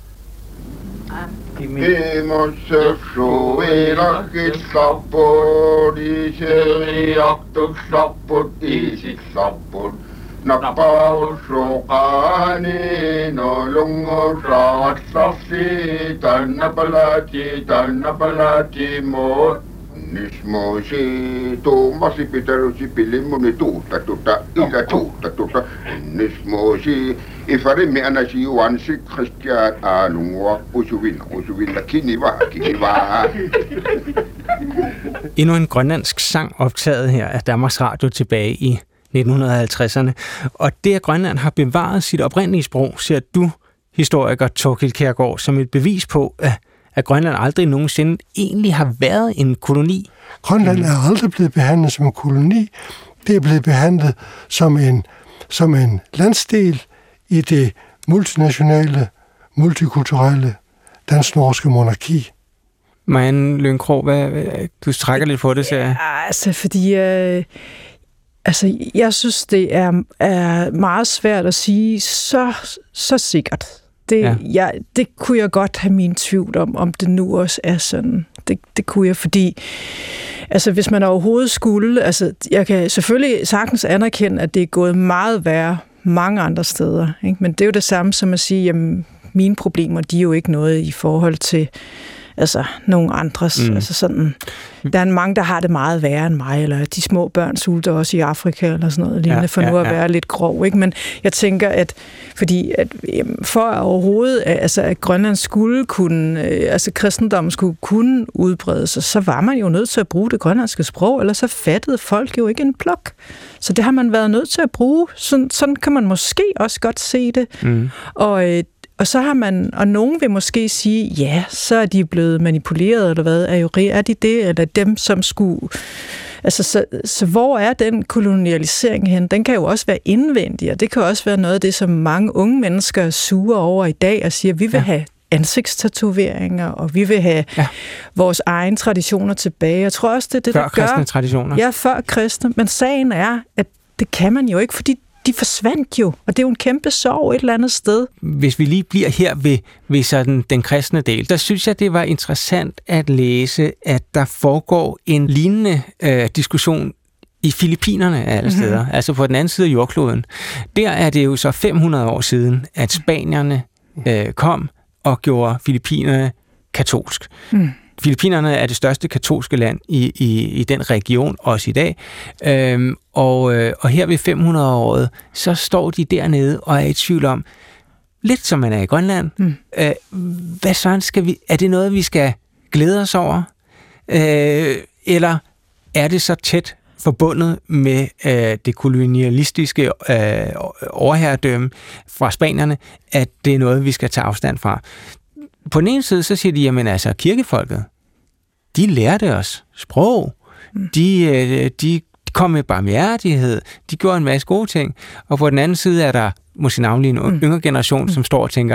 Nismosi Tomasi Peterosi Pilimoni tuta ila tuta Nismosi Ifari Anasi Wansi Christian Anungwa Usuvin Kiniva Endnu en grønlandsk sang optaget her af Danmarks Radio tilbage i 1950'erne. Og det, at Grønland har bevaret sit oprindelige sprog, ser du, historiker Thorkild Kjærgaard, som et bevis på, at Grønland aldrig nogensinde egentlig har været en koloni. Grønland er aldrig blevet behandlet som en koloni. Det er blevet behandlet som en landsdel i det multinationale, multikulturelle dansk-norske monarki. Marianne Lyngkrog, du trækker lidt på det, ser jeg. Ja, altså fordi jeg synes, det er meget svært at sige så sikkert. Det kunne jeg godt have min tvivl om det nu også er sådan. Det kunne jeg, fordi hvis man overhovedet skulle, jeg kan selvfølgelig sagtens anerkende, at det er gået meget værre mange andre steder, ikke? Men det er jo det samme som at sige, jamen mine problemer, de er jo ikke noget i forhold til nogle andres. Sådan, der er mange, der har det meget værre end mig, eller de små børn sulter også i Afrika, eller sådan noget lignende, for nu at være lidt grov. Ikke? Men jeg tænker, at for at overhovedet, at Grønland skulle kunne, kristendommen skulle kunne udbrede sig, så var man jo nødt til at bruge det grønlandske sprog, eller så fattede folk jo ikke en plok. Så det har man været nødt til at bruge. Sådan kan man måske også godt se det. Og så har man, og nogen vil måske sige, ja, så er de blevet manipuleret, eller hvad, er de det, eller dem, som skulle... Så hvor er den kolonialisering hen? Den kan jo også være indvendig, og det kan også være noget af det, som mange unge mennesker suger over i dag, og siger, vi vil have ansigtstatoveringer, og vi vil have vores egne traditioner tilbage. Jeg tror også, det er det, der gør... Før kristne traditioner. Ja, før kristne. Men sagen er, at det kan man jo ikke, fordi de forsvandt jo, og det er jo en kæmpe sorg et eller andet sted. Hvis vi lige bliver her ved sådan den kristne del, der synes jeg, det var interessant at læse, at der foregår en lignende diskussion i Filippinerne alle steder, altså på den anden side af jordkloden. Der er det jo så 500 år siden, at spanierne kom og gjorde Filippinerne katolsk. Filippinerne er det største katolske land i den region, også i dag. Og her ved 500-året, så står de dernede og er i tvivl om, lidt som man er i Grønland, hvad sådan er det noget, vi skal glæde os over? Eller er det så tæt forbundet med det kolonialistiske overherredømme fra spanierne, at det er noget, vi skal tage afstand fra. På den ene side, så siger de, jamen altså, kirkefolket, de lærte os sprog, de kom med barmhjertighed, de gjorde en masse gode ting, og på den anden side er der måske navnlig en yngre generation, som står og tænker,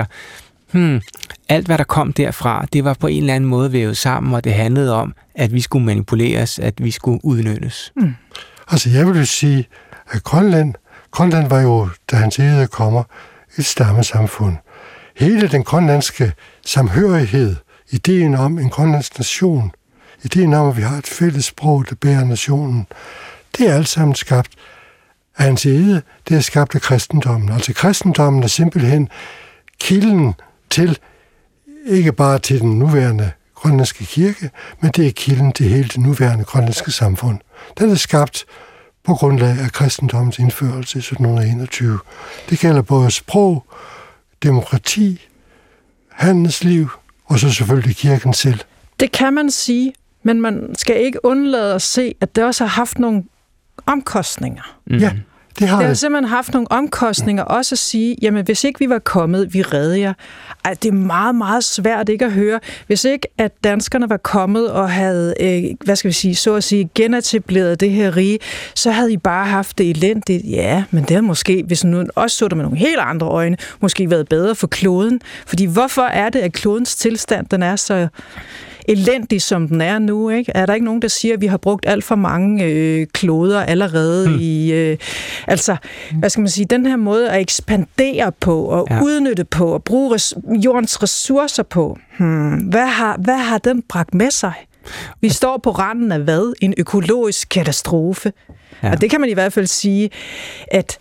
alt hvad der kom derfra, det var på en eller anden måde vævet sammen, og det handlede om, at vi skulle manipuleres, at vi skulle udnyttes. Altså jeg vil sige, at Grønland var jo, da Hans Egede kommer, et stammesamfund. Hele den grønlandske samhørighed, ideen om en grønlandsk nation, ideen om, at vi har et fælles sprog, der bærer nationen, det er alt sammen skabt af Hans Egede, det er skabt af kristendommen. Altså kristendommen er simpelthen kilden til, ikke bare til den nuværende grønlandske kirke, men det er kilden til hele det nuværende grønlandske samfund. Den er skabt på grundlag af kristendommens indførelse i 1721. Det gælder både sprog, demokrati, handelsliv og så selvfølgelig kirken selv. Det kan man sige, men man skal ikke undlade at se, at det også har haft nogle omkostninger. Ja, det har simpelthen haft nogle omkostninger også at sige, jamen hvis ikke vi var kommet, vi redde jer. Det er meget, meget svært ikke at høre. Hvis ikke at danskerne var kommet og havde, så at sige, genetableret det her rige, så havde I bare haft det elendigt. Ja, men det har måske, hvis nu også så det med nogle helt andre øjne, måske været bedre for kloden. Fordi hvorfor er det, at klodens tilstand, den er så elendig, som den er nu, ikke? Er der ikke nogen, der siger, at vi har brugt alt for mange kloder allerede i... hvad skal man sige, den her måde at ekspandere på, og udnytte på, og bruge jordens ressourcer på, hvad har den bragt med sig? Vi står på randen af hvad? En økologisk katastrofe. Ja. Og det kan man i hvert fald sige, at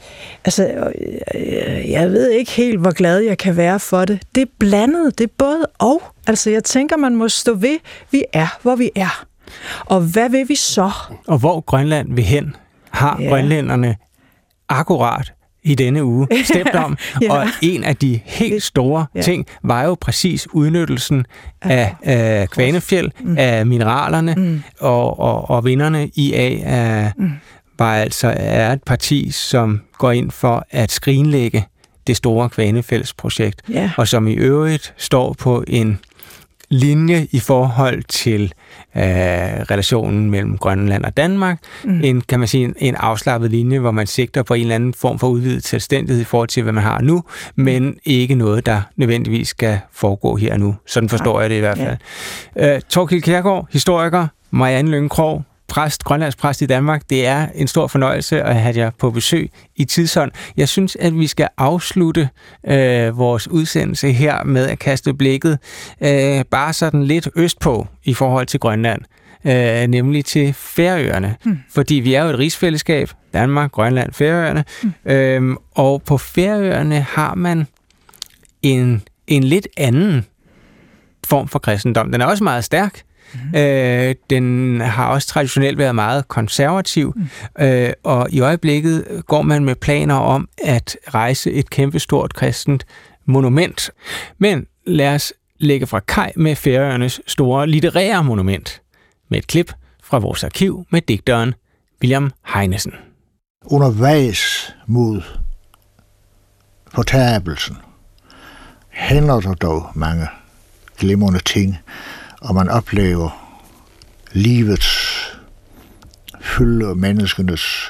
jeg ved ikke helt, hvor glad jeg kan være for det. Det er blandet, det er både og. Altså, jeg tænker, man må stå ved, vi er, hvor vi er. Og hvad vil vi så? Og hvor Grønland vil hen, har grønlænderne akkurat i denne uge stemt om. Og en af de helt store ting var jo præcis udnyttelsen af Kvanefjeld, af mineralerne og vinderne IA er et parti, som går ind for at skrinlægge det store Kvanefjeldsprojekt, og som i øvrigt står på en linje i forhold til relationen mellem Grønland og Danmark. En afslappet linje, hvor man sigter på en eller anden form for udvidet selvstændighed i forhold til, hvad man har nu, men ikke noget, der nødvendigvis skal foregå her og nu. Sådan forstår jeg det i hvert fald. Thorkild Kjærgaard, historiker, Marianne Lyngkrog, grønlandspræst i Danmark. Det er en stor fornøjelse at have jer på besøg i Tidsånd. Jeg synes, at vi skal afslutte vores udsendelse her med at kaste blikket bare sådan lidt østpå i forhold til Grønland, nemlig til Færøerne. Fordi vi er jo et rigsfællesskab, Danmark, Grønland, Færøerne, og på Færøerne har man en lidt anden form for kristendom. Den er også meget stærk. Den har også traditionelt været meget konservativ, og i øjeblikket går man med planer om at rejse et kæmpestort kristent monument. Men lad os lægge fra kaj med Færøernes store litterære monument, med et klip fra vores arkiv med digteren William Heinesen. Undervejs mod fortabelsen hænder der dog mange glimrende ting, og man oplever livets fylde og menneskenes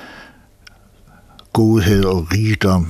godhed og rigdom.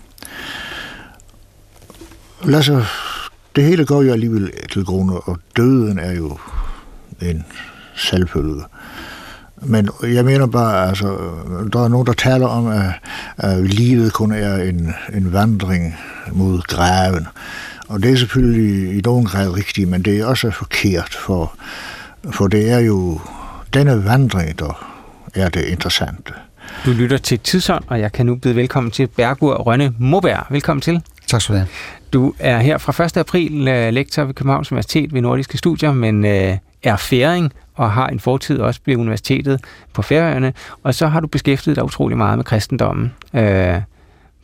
Det hele går jo alligevel til grunde, og døden er jo en selvfølge. Men jeg mener bare, der er nogen, der taler om, at livet kun er en vandring mod graven. Og det er selvfølgelig i nogen grad rigtigt, men det er også forkert, for det er jo denne vandring, der er det interessante. Du lytter til Tidsånd, og jeg kan nu byde velkommen til Bergur Rønne Moberg. Velkommen til. Tak skal du have. Du er her fra 1. april lektor ved Københavns Universitet ved Nordiske Studier, men er færing og har en fortid også ved universitetet på Færøerne, og så har du beskæftiget dig utrolig meget med kristendommen der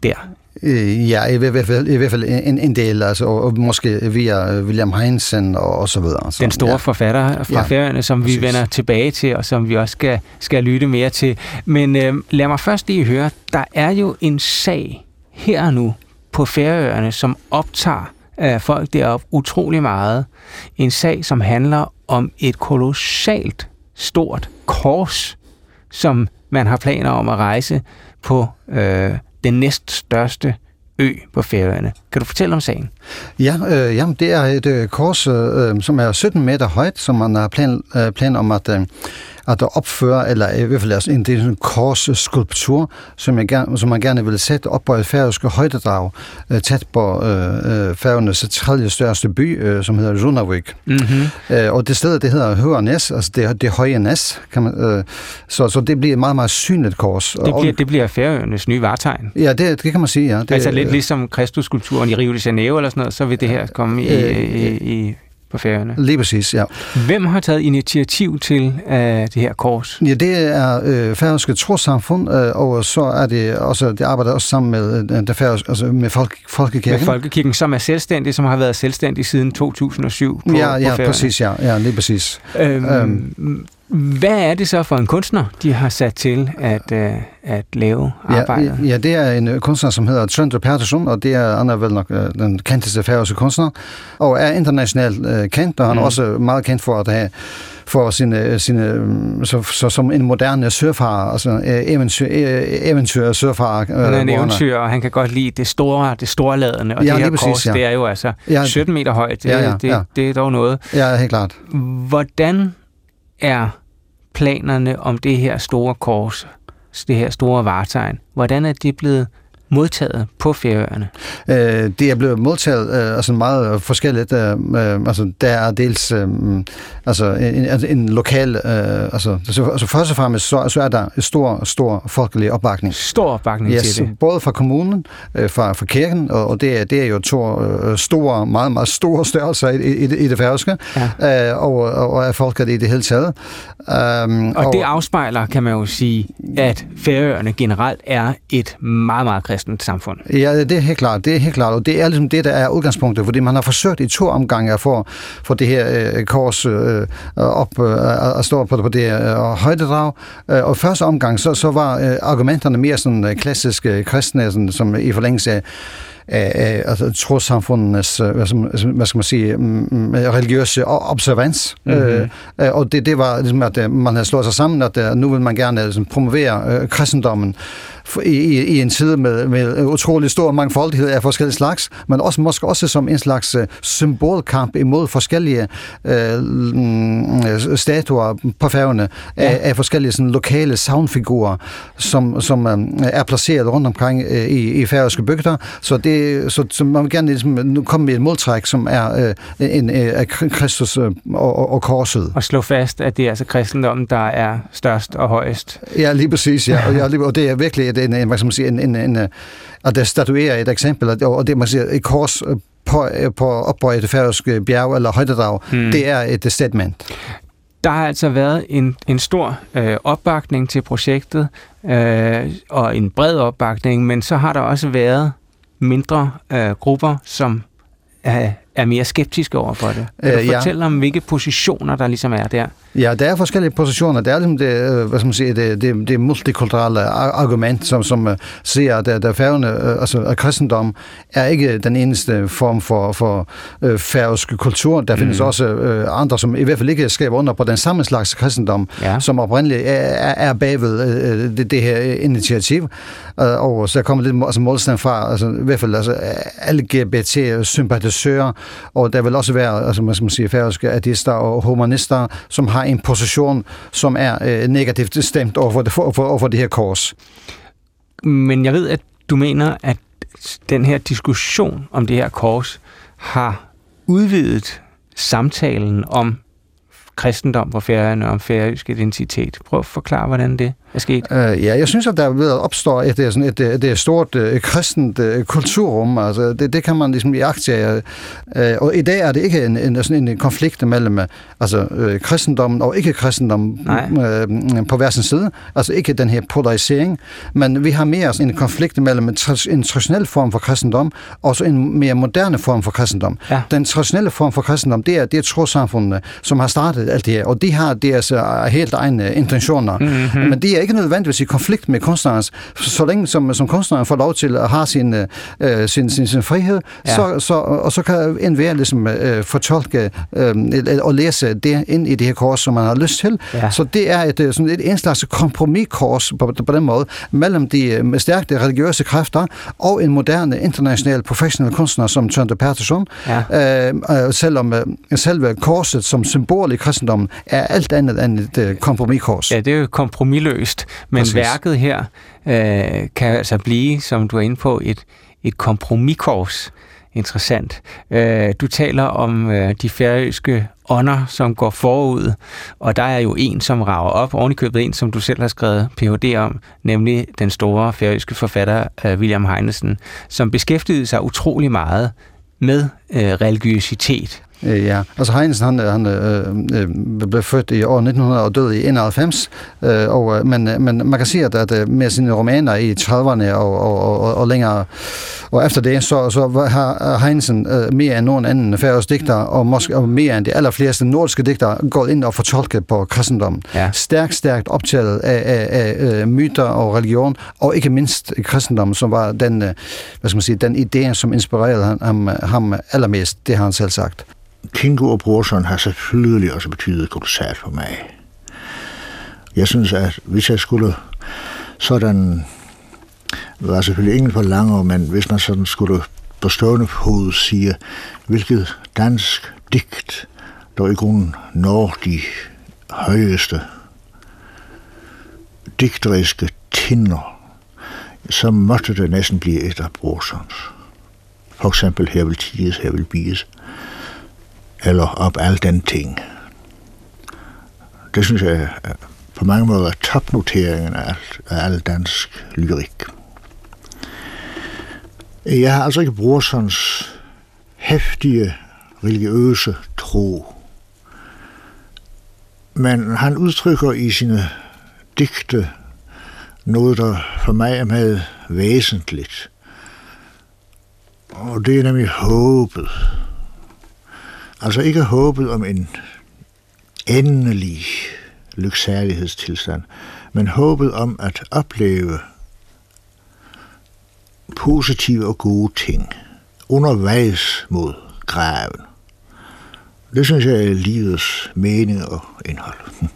Ja, i hvert fald en del, altså, og måske via William Heinzen og så videre. Den store forfatter fra Færøerne, som vi vender tilbage til, og som vi også skal lytte mere til. Men lad mig først lige høre, der er jo en sag her og nu på Færøerne, som optager folk deroppe utrolig meget. En sag, som handler om et kolossalt stort kors, som man har planer om at rejse på den næststørste ø på Færøerne. Kan du fortælle om sagen? Ja, det er et kors, som er 17 meter højt, som man har plan om at opføre, eller i hvert fald en korsskulptur, som man gerne vil sætte op på et færøske højdedrag, tæt på Færøernes tredje største by, som hedder Runavík. Mm-hmm. Og det sted, det hedder Hørenæs, altså det høje næs, kan man, så det bliver et meget, meget synligt kors. Det bliver Færøernes nye vartegn. Ja, det kan man sige, ja. Det, altså lidt ligesom Kristus-skulpturen i Rio de Janeiro eller sådan noget, så vil det her komme i på Færøerne. Lige præcis, ja. Hvem har taget initiativ til det her kors? Ja, det er færøske trossamfund, og så er det også, det arbejder også sammen med det færøske, altså med Folkekirken. Med Folkekirken, som er selvstændig, som har været selvstændig siden 2007 på Færøerne. Præcis, ja, lige præcis. Hvad er det så for en kunstner, de har sat til at lave arbejdet? Ja, det er en kunstner, som hedder Tróndur Pettersson, og det er han er vel nok den kendteste færøske kunstner, og er internationalt kendt, og han er også meget kendt for at have sine som en moderne surfarer, altså eventyr surfarer. Han er en eventyr, og han kan godt lide det storladende, og det her kors, det er jo altså 17 meter højt. Det er dog noget. Ja, helt klart. Hvordan er planerne om det her store kors, det her store vartegn, hvordan er det blevet modtaget på Færøerne? Det er blevet modtaget altså meget forskelligt. Altså der er dels en lokal altså først og fremmest så er der en stor folkelig opbakning. Stor opbakning til det. Både fra kommunen, fra kirken, og det er jo to store, meget, meget store størrelser i det færøske, og af folket i det hele taget. Og det afspejler, kan man jo sige, at Færøerne generelt er et meget, meget kristent samfund. Ja, det er helt klart, og det er ligesom det, der er udgangspunktet, fordi man har forsøgt i 2 omgange at få det her kors op at stå på det her højdedrag, og første omgang, så var argumenterne mere sådan klassiske kristne, sådan, som i forlængelse af altså trossamfundenes, hvad skal man sige, religiøse observans. Mm-hmm. Og det var ligesom, at man havde slået sig sammen, at nu vil man gerne ligesom, promovere kristendommen i en tid med utrolig stor mangfoldighed af forskellige slags, men også måske også som en slags symbolkamp imod forskellige statuer på Færøerne af forskellige sådan, lokale savnfigurer, som er placeret rundt omkring i færøske bygder. Så man vil gerne ligesom, nu komme med et måltræk, som er af Kristus og korset. Og slå fast, at det er altså kristendommen, der er størst og højest. Ja, lige præcis, ja. Og det er virkelig hvad skal man sige, at det statuerer et eksempel, og det man siger, et kors op på et færøske bjerg eller højdedrag, det er et statement. Der har altså været en stor opbakning til projektet, og en bred opbakning, men så har der også været mindre grupper, som er mere skeptiske over for det. Kan du fortælle om, hvilke positioner der ligesom er der? Ja, der er forskellige positioner. Der er ligesom det multikulturelle argument, som siger, at Færøerne, at kristendom er ikke den eneste form for færøsk kultur. Der findes også andre, som i hvert fald ikke skriver under på den samme slags kristendom, som oprindeligt er bagved det her initiativ. Og så kommer lidt modstand fra, i hvert fald LGBT-sympatisører, og der vil også være, hvad skal man sige, færøske ateister og humanister, som har en position, som er negativt stemt over for det her kors. Men jeg ved, at du mener, at den her diskussion om det her kors har udvidet samtalen om kristendom på Færøerne, om færøsk identitet. Prøv at forklare, hvordan det er sket? Ja, jeg synes, at der er ved at opstå et stort kristent kulturrum. Altså, det kan man ligesom iagttage. Og i dag er det ikke en konflikt mellem kristendommen og ikke-kristendom på hver sin side. Altså ikke den her polarisering, men vi har mere en konflikt mellem en traditionel form for kristendom og så en mere moderne form for kristendom. Ja. Den traditionelle form for kristendom, det er trossamfundene, som har startet alt det her, og de har deres helt egne intentioner. Mm-hmm. Men de er ikke nødvendigvis i konflikt med kunstneren. Så længe som kunstneren får lov til at have sin frihed, så kan enhver ligesom fortolke og læse det ind i det her kors, som man har lyst til. Ja. Så det er en slags kompromiskors på den måde, mellem de stærke religiøse kræfter og en moderne, international, professionel kunstner som Tjønte Peterson. Ja. Selvom selve korset som symbol i kristendommen er alt andet end et kompromiskors. Ja, det er jo kompromisløst, men præcis. Værket her kan altså blive, som du er inde på, et kompromiskors. Interessant. Du taler om de færøske ånder, som går forud, og der er jo en, som rager op, ovenikøbet en, som du selv har skrevet Ph.D. om, nemlig den store færøske forfatter William Heinesen, som beskæftigede sig utrolig meget med religiøsitet. Ja, altså Heinesen, han blev født i år 1900 og døde i 91, men man kan sige, at med sine romaner i 30'erne og længere, og efter det, så har Heinesen mere end nogen anden færøsk digter, og måske mere end de allerfleste nordiske digtere, gået ind og fortolket på kristendommen. Ja. Stærkt optaget af myter og religion, og ikke mindst kristendom, som var den idé, som inspirerede ham allermest, det har han selv sagt. Kingo og Brorson har selvfølgelig også betydet kolossalt for mig. Jeg synes, at hvis jeg skulle sådan, var selvfølgelig ingen for lange, men hvis man sådan skulle på stående fod sige, hvilket dansk digt, der i grunden når de højeste digteriske tinder, så måtte det næsten blive et af Brorsons. For eksempel Her vil ties, her vil bies, eller op al den ting. Det synes jeg på mange måder er topnoteringen af al dansk lyrik. Jeg har altså ikke Brorsons heftige religiøse tro, men han udtrykker i sine digte noget, der for mig er meget væsentligt. Og det er nemlig håbet. Altså ikke håbet om en endelig lyksalighedstilstand, men håbet om at opleve positive og gode ting undervejs mod graven. Det synes jeg er livets mening og indhold.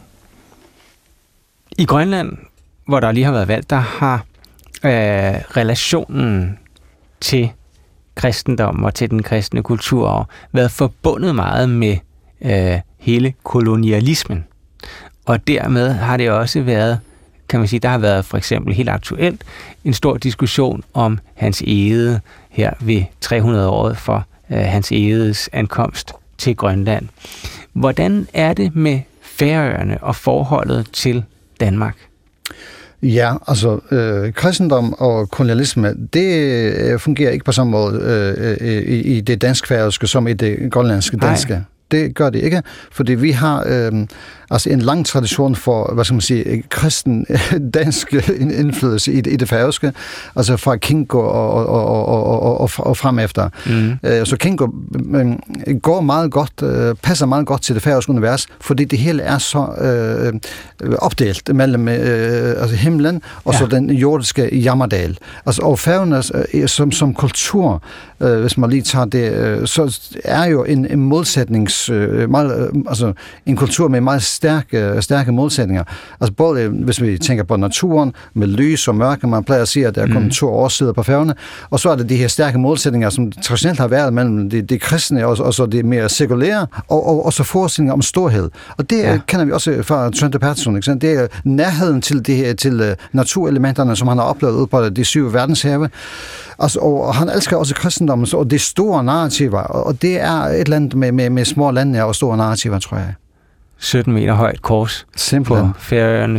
I Grønland, hvor der lige har været valgt, der har relationen til kristendom og til den kristne kultur været forbundet meget med hele kolonialismen. Og dermed har det også været, kan man sige, der har været for eksempel helt aktuelt en stor diskussion om Hans Egede her ved 300-året for Hans Egedes ankomst til Grønland. Hvordan er det med Færøerne og forholdet til Danmark? Ja, altså kristendom og kolonialisme, det fungerer ikke på samme måde i det dansk-færøske som i det grønlandske danske. Nej. Det gør det ikke, fordi vi har en lang tradition for, kristen dansk indflydelse i det færøske, altså fra Kingo og frem efter. Så Kingo går meget godt, passer meget godt til det færøske univers, fordi det hele er så opdelt mellem himlen og så den jordiske jammerdal. Altså, og Færøerne som kultur, hvis man lige tager det, så er jo en modsætnings en kultur med meget stærke modsætninger. Altså både hvis vi tænker på naturen med lys og mørke, man plejer at sige, at der er kun 2 årsider på Færøerne, og så er det de her stærke modsætninger, som traditionelt har været mellem de kristne og så det mere sekulære, og så forestillinger om storhed. Og det kender vi også fra Tjønte Peterson, ikke? Det er nærheden til naturelementerne, som han har oplevet ud på de 7 verdenshave. Altså, og han elsker også kristendommen, og det store narrativer, og det er et eller andet med små lande og store narrativer, tror jeg. 17 meter højt kors på Færøernes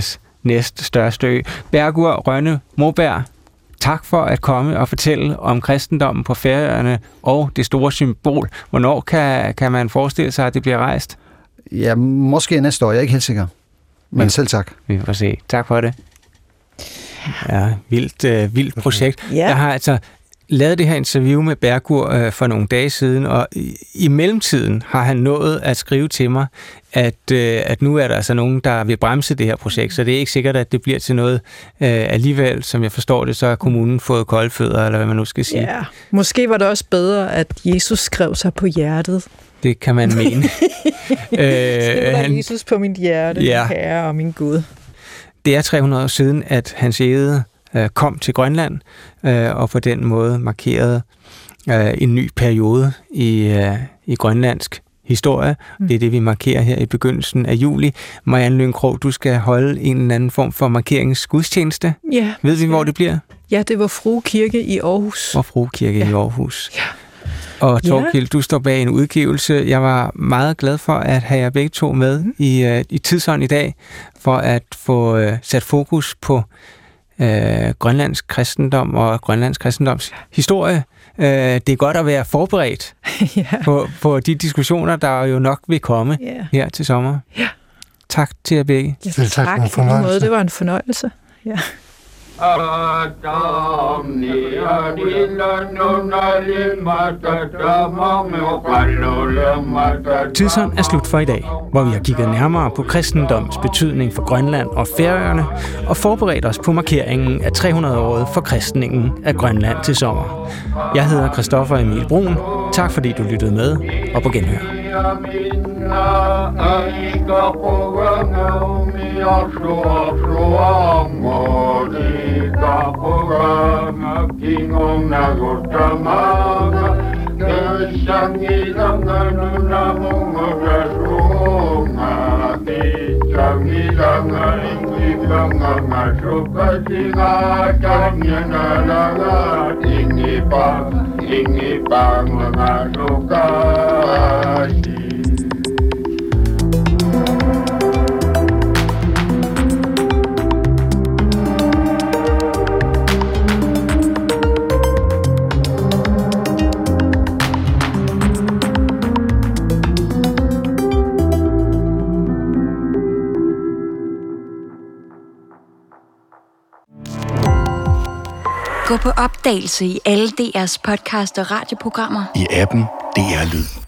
næst største ø. Bergur Rønne Moberg, tak for at komme og fortælle om kristendommen på Færøerne og det store symbol. Hvornår kan man forestille sig, at det bliver rejst? Ja, måske næste år. Jeg er ikke helt sikker. Men selv tak. Vi får se. Tak for det. Ja, vildt projekt. Ja. Jeg har altså lavet det her interview med Bergur for nogle dage siden, og i mellemtiden har han nået at skrive til mig, at nu er der altså nogen, der vil bremse det her projekt, så det er ikke sikkert, at det bliver til noget alligevel. Som jeg forstår det, så har kommunen fået kolde fødder, eller hvad man nu skal sige. Ja, måske var det også bedre, at Jesus skrev sig på hjertet. Det kan man mene. Skriver Jesus på mit hjerte, Ja. min Herre og min Gud. Det er 300 år siden, at Hans Egede kom til Grønland, og på den måde markerede en ny periode i grønlandsk historie. Det er det, vi markerer her i begyndelsen af juli. Marianne Lyngkrog, du skal holde en eller anden form for markeringsgudstjeneste. Ja. Ved vi, hvor det bliver? Ja, det var Frue Kirke i Aarhus. Vor Frue Kirke i Aarhus. Ja. Og Thorkild, du står bag en udgivelse. Jeg var meget glad for at have jer begge to med i Tidsånd i dag, for at få sat fokus på grønlandsk kristendom og grønlandsk kristendoms historie. Det er godt at være forberedt på de diskussioner, der jo nok vil komme her til sommer. Ja. Tak til jer begge. Ja, tak. Det var en fornøjelse. Ja. Tidsånd er slut for i dag, hvor vi har kigget nærmere på kristendoms betydning for Grønland og Færøerne og forberedt os på markeringen af 300-året for kristningen af Grønland til sommer. Jeg hedder Christoffer Emil Brun. Tak fordi du lyttede med, og på genhør. Gå på opdagelse i alle DR's podcast og radioprogrammer. I appen DR Lyd.